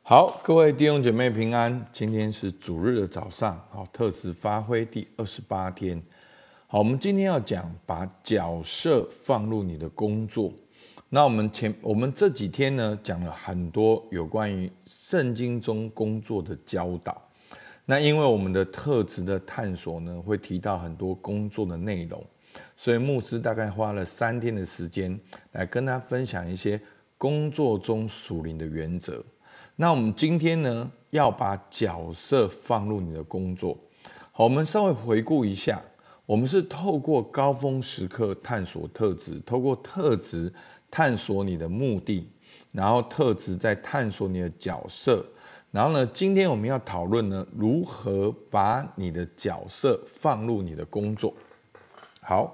好，各位弟兄姐妹平安。今天是主日的早上，好，特质发挥第28天。好，我们今天要讲把角色放入你的工作。那我们这几天呢，讲了很多有关于圣经中工作的教导。那因为我们的特质的探索呢，会提到很多工作的内容，所以牧师大概花了3天的时间来跟他分享一些工作中属灵的原则。那我们今天呢，要把角色放入你的工作。好，我们稍微回顾一下，我们是透过高峰时刻探索特质，透过特质探索你的目的，然后特质在探索你的角色。然后呢，今天我们要讨论呢，如何把你的角色放入你的工作。好，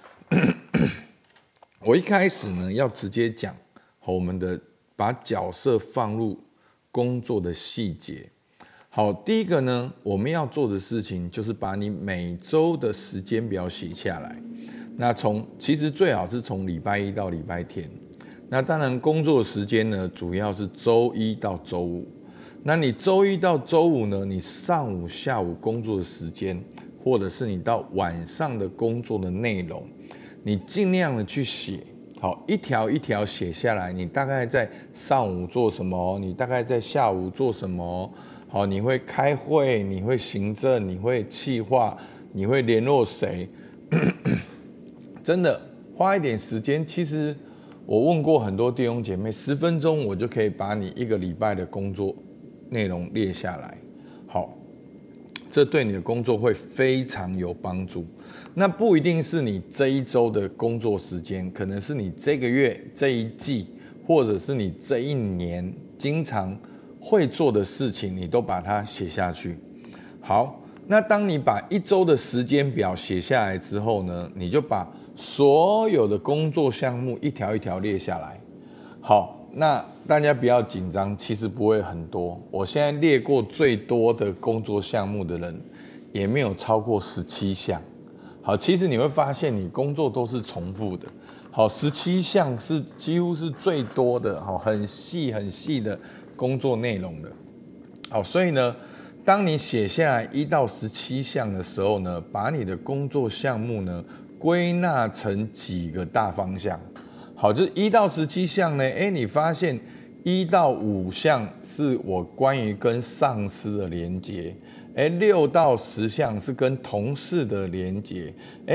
我一开始呢，要直接讲我们的把角色放入工作的细节。好，第一个呢，我们要做的事情就是把你每周的时间表写下来。那其实最好是从礼拜一到礼拜天。那当然工作时间呢，主要是周一到周五。那你周一到周五呢，你上午下午工作的时间，或者是你到晚上的工作的内容，你尽量的去写。好，一条一条写下来，你大概在上午做什么，你大概在下午做什么。好，你会开会，你会行政，你会企划，你会联络谁。真的花一点时间，其实我问过很多弟兄姐妹，10分钟我就可以把你1个礼拜的工作内容列下来。好，这对你的工作会非常有帮助。那不一定是你这一周的工作时间，可能是你这个月、这一季，或者是你这一年经常会做的事情，你都把它写下去。好，那当你把1周的时间表写下来之后呢，你就把所有的工作项目一条一条列下来。好，那大家不要紧张，其实不会很多。我现在列过最多的工作项目的人，也没有超过17项。好，其实你会发现你工作都是重复的。好，17项是几乎是最多的，好，很细很细的工作内容的。好，所以呢，当你写下来1到17项的时候呢，把你的工作项目呢归纳成几个大方向。好，就是1到17项呢，你发现1到5项是我关于跟上司的连结，6到10项是跟同事的连结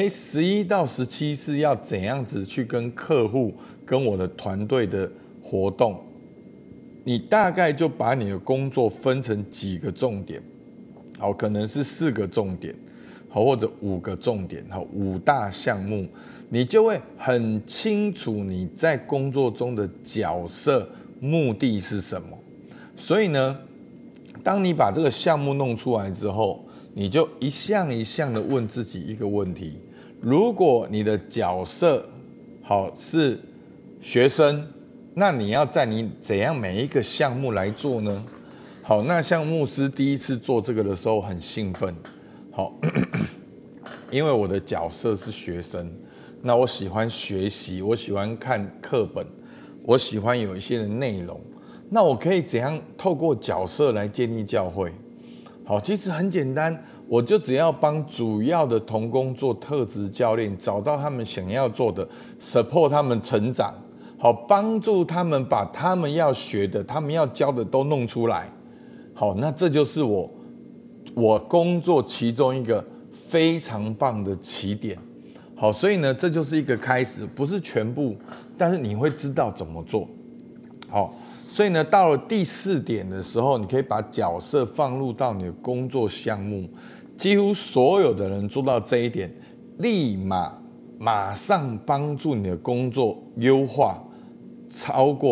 ，11到17是要怎样子去跟客户、跟我的团队的活动。你大概就把你的工作分成几个重点，好，可能是4个重点，好，或者5个重点，好，5大项目，你就会很清楚你在工作中的角色目的是什么。所以呢，当你把这个项目弄出来之后，你就一项一项的问自己一个问题：如果你的角色好是学生，那你要在你怎样每一个项目来做呢？好，那像牧师第一次做这个的时候很兴奋，好，因为我的角色是学生，那我喜欢学习，我喜欢看课本，我喜欢有一些的内容，那我可以怎样透过角色来建立教会？好，其实很简单，我就只要帮主要的同工做特质教练，找到他们想要做的 ，support 他们成长，好，帮助他们把他们要学的、他们要教的都弄出来。好，那这就是我工作其中一个非常棒的起点。好，所以呢，这就是一个开始，不是全部，但是你会知道怎么做。好，所以呢，到了第4点的时候，你可以把角色放入到你的工作项目。几乎所有的人做到这一点，马上帮助你的工作优化超过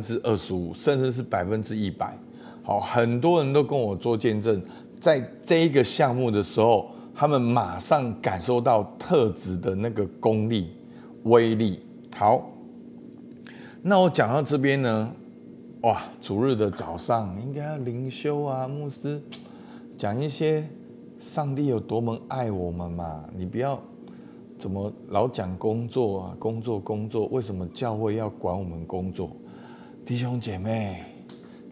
25%，甚至是100%。好，很多人都跟我做见证，在这一个项目的时候，他们马上感受到特质的那个功力、威力。好，那我讲到这边呢，哇，主日的早上应该要灵修啊，牧师讲一些上帝有多么爱我们嘛，你不要怎么老讲工作啊，工作，为什么教会要管我们工作？弟兄姐妹，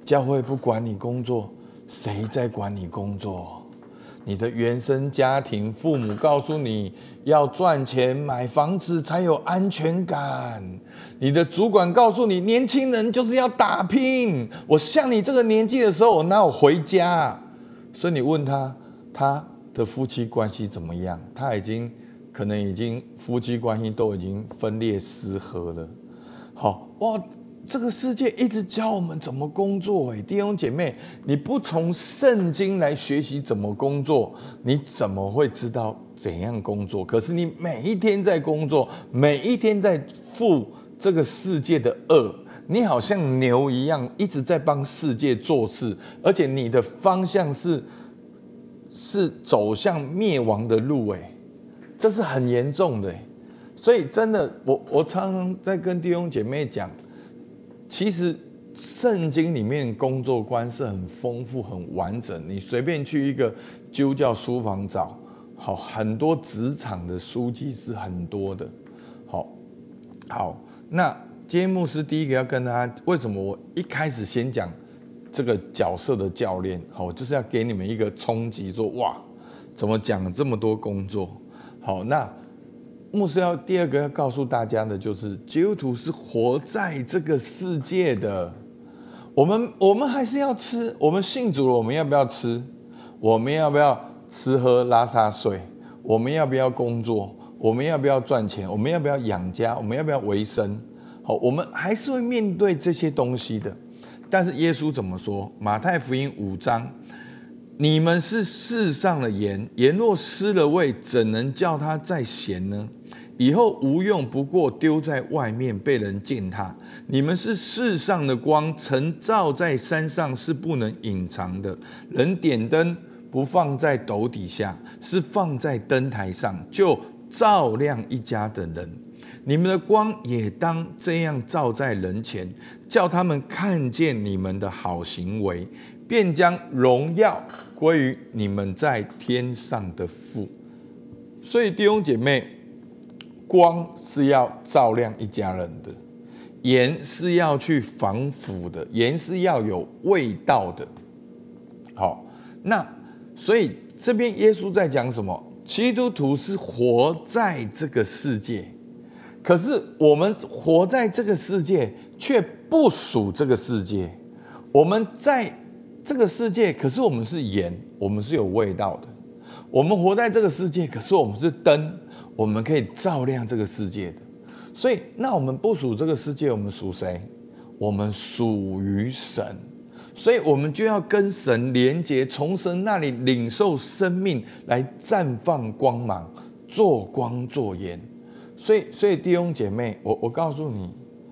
教会不管你工作，谁在管你工作？你的原生家庭，父母告诉你要赚钱买房子才有安全感。你的主管告诉你，年轻人就是要打拼。我像你这个年纪的时候，我哪有回家？所以你问他，他的夫妻关系怎么样？他可能已经夫妻关系都已经分裂失和了。好哇。这个世界一直教我们怎么工作，弟兄姐妹，你不从圣经来学习怎么工作，你怎么会知道怎样工作？可是你每一天在工作，每一天在负这个世界的恶，你好像牛一样，一直在帮世界做事，而且你的方向是走向灭亡的路，这是很严重的。所以真的，我常常在跟弟兄姐妹讲。其实圣经里面工作观是很丰富很完整，你随便去一个基督教书房找，很多职场的书籍是很多的。好，那今天牧师第一个要跟大家，为什么我一开始先讲这个角色的教练，我就是要给你们一个冲击，说哇，怎么讲了这么多工作？好，那牧师第二个要告诉大家的就是，基督徒是活在这个世界的。我们还是要吃，我们信主了，我们要不要吃？我们要不要吃喝拉撒睡？我们要不要工作？我们要不要赚钱？我们要不要养家？我们要不要为生？好，我们还是会面对这些东西的。但是耶稣怎么说？马太福音5章。你们是世上的盐，盐若失了味，怎能叫它再咸呢？以后无用，不过丢在外面，被人践踏。你们是世上的光，曾照在山上，是不能隐藏的。人点灯不放在斗底下，是放在灯台上，就照亮一家的人。你们的光也当这样照在人前，叫他们看见你们的好行为，便将荣耀归于你们在天上的父。所以弟兄姐妹，光是要照亮一家人的，盐是要去防腐的，盐是要有味道的。好，那所以这边耶稣在讲什么？基督徒是活在这个世界，可是我们活在这个世界却不属这个世界。我们在这个世界，可是我们是盐，我们是有味道的。我们活在这个世界，可是我们是灯，我们可以照亮这个世界的。所以那我们不属这个世界，我们属谁？我们属于神。所以我们就要跟神连结，从神那里领受生命，来绽放光芒，做光做盐。所以弟兄姐妹，我告诉你，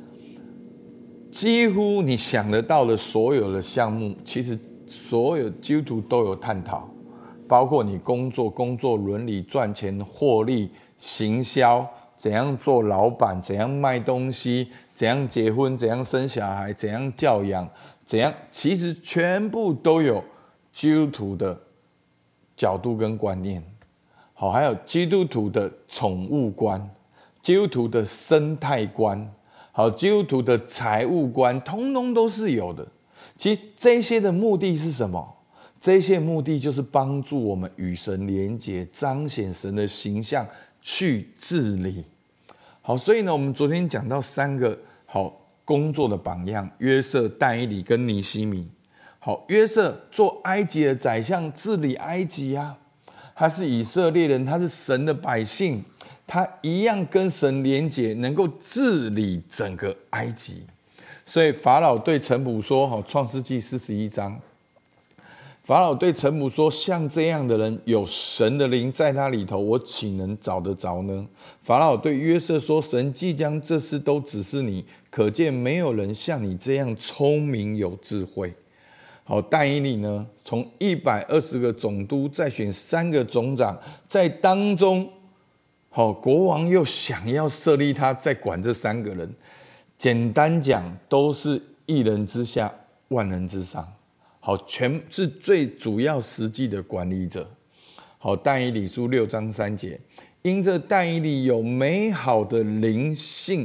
几乎你想得到的所有的项目，其实所有基督徒都有探讨，包括你工作伦理、赚钱、获利、行销，怎样做老板，怎样卖东西，怎样结婚，怎样生小孩，怎样教养，怎样，其实全部都有基督徒的角度跟观念。好，还有基督徒的宠物观，基督徒的生态观，好，基督徒的财务观，通通都是有的。其实这些的目的是什么？这些目的就是帮助我们与神连结，彰显神的形象，去治理。好，所以呢，我们昨天讲到3个好工作的榜样：约瑟、但以理跟尼希米。好，约瑟做埃及的宰相，治理埃及啊，他是以色列人，他是神的百姓，他一样跟神连结，能够治理整个埃及。所以法老对臣仆说，创世纪41章，法老对臣仆说，像这样的人，有神的灵在他里头，我岂能找得着呢？法老对约瑟说，神即将这事都指示你，可见没有人像你这样聪明有智慧。好，但以理呢，从120个总督再选3个总长，在当中，好，国王又想要设立他，再管这3个人。简单讲，都是一人之下，万人之上。好，全是最主要实际的管理者。好，但以理书6章3节，因这但以理有美好的灵性，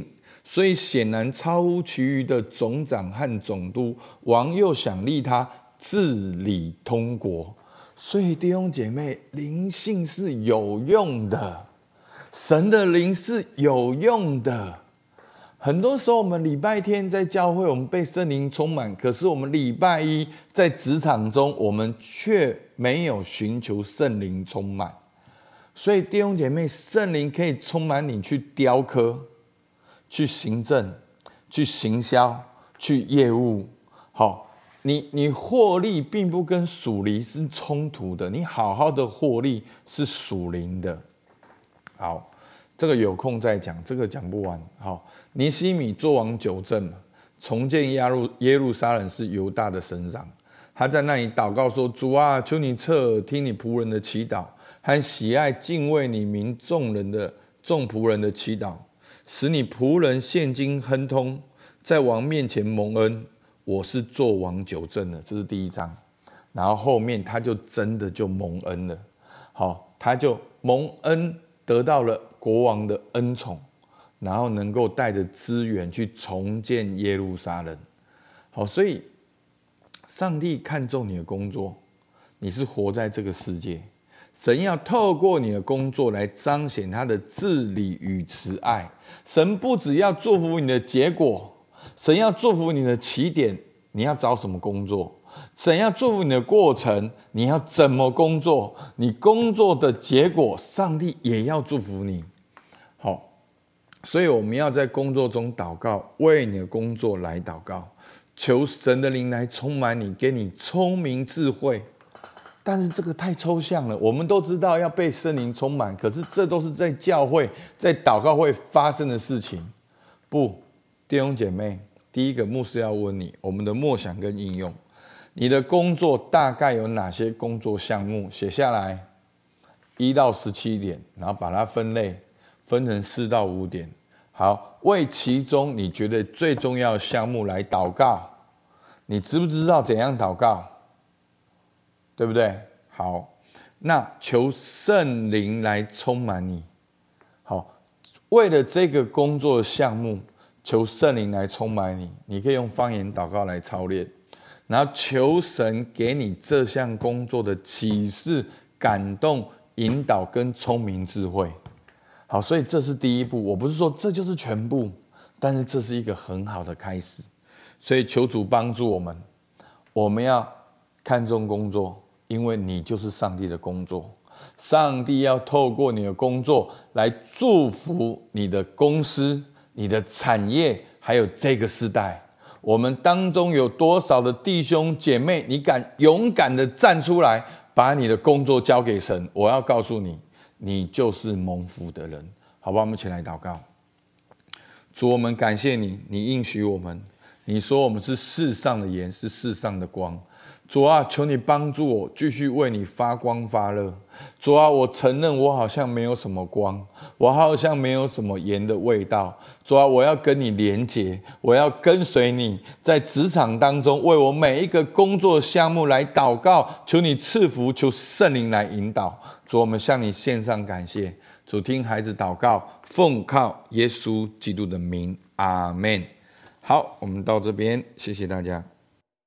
所以显然超乎其余的总长和总督。王又想立他治理通国。所以弟兄姐妹，灵性是有用的，神的灵是有用的。很多时候我们礼拜天在教会，我们被圣灵充满，可是我们礼拜一在职场中，我们却没有寻求圣灵充满。所以弟兄姐妹，圣灵可以充满你去雕刻，去行政，去行销，去业务。好，你获利并不跟属灵是冲突的，你好好的获利是属灵的。好，这个有空再讲，这个讲不完。好，尼希米做王9阵，重建耶路撒冷是犹大的省长。他在那里祷告说：主啊，求你侧耳听你仆人的祈祷，和喜爱敬畏你民众仆人的祈祷，使你仆人现今亨通，在王面前蒙恩。我是做王9阵的，这是第1章。然后后面他就真的就蒙恩了。好，他就蒙恩，得到了国王的恩宠，然后能够带着资源去重建耶路撒冷。好，所以上帝看重你的工作，你是活在这个世界，神要透过你的工作来彰显他的治理与慈爱。神不只要祝福你的结果，神要祝福你的起点，你要找什么工作？神要祝福你的过程，你要怎么工作？你工作的结果，上帝也要祝福你。好，所以我们要在工作中祷告，为你的工作来祷告，求神的灵来充满你，给你聪明智慧。但是这个太抽象了，我们都知道要被圣灵充满，可是这都是在教会、在祷告会发生的事情。不，弟兄姐妹，第一个牧师要问你，我们的默想跟应用，你的工作大概有哪些工作项目？写下来，1到17点，然后把它分类，分成4到5点。好，为其中你觉得最重要的项目来祷告。你知不知道怎样祷告？对不对？好，那求圣灵来充满你。好，为了这个工作项目，求圣灵来充满你。你可以用方言祷告来操练，然后求神给你这项工作的启示、感动、引导跟聪明智慧。好，所以这是第一步。我不是说这就是全部，但是这是一个很好的开始。所以求主帮助我们，我们要看重工作，因为你就是上帝的工作。上帝要透过你的工作来祝福你的公司、你的产业，还有这个世代。我们当中有多少的弟兄姐妹，你敢勇敢的站出来，把你的工作交给神？我要告诉你，你就是蒙福的人。好吧，我们一起来祷告。主，我们感谢你，你应许我们，你说我们是世上的盐，是世上的光。主啊，求你帮助我继续为你发光发热。主啊，我承认我好像没有什么光，我好像没有什么盐的味道。主啊，我要跟你连结，我要跟随你，在职场当中为我每一个工作项目来祷告，求你赐福，求圣灵来引导。主，我们向你献上感谢。主，听孩子祷告，奉靠耶稣基督的名，阿们。好，我们到这边，谢谢大家。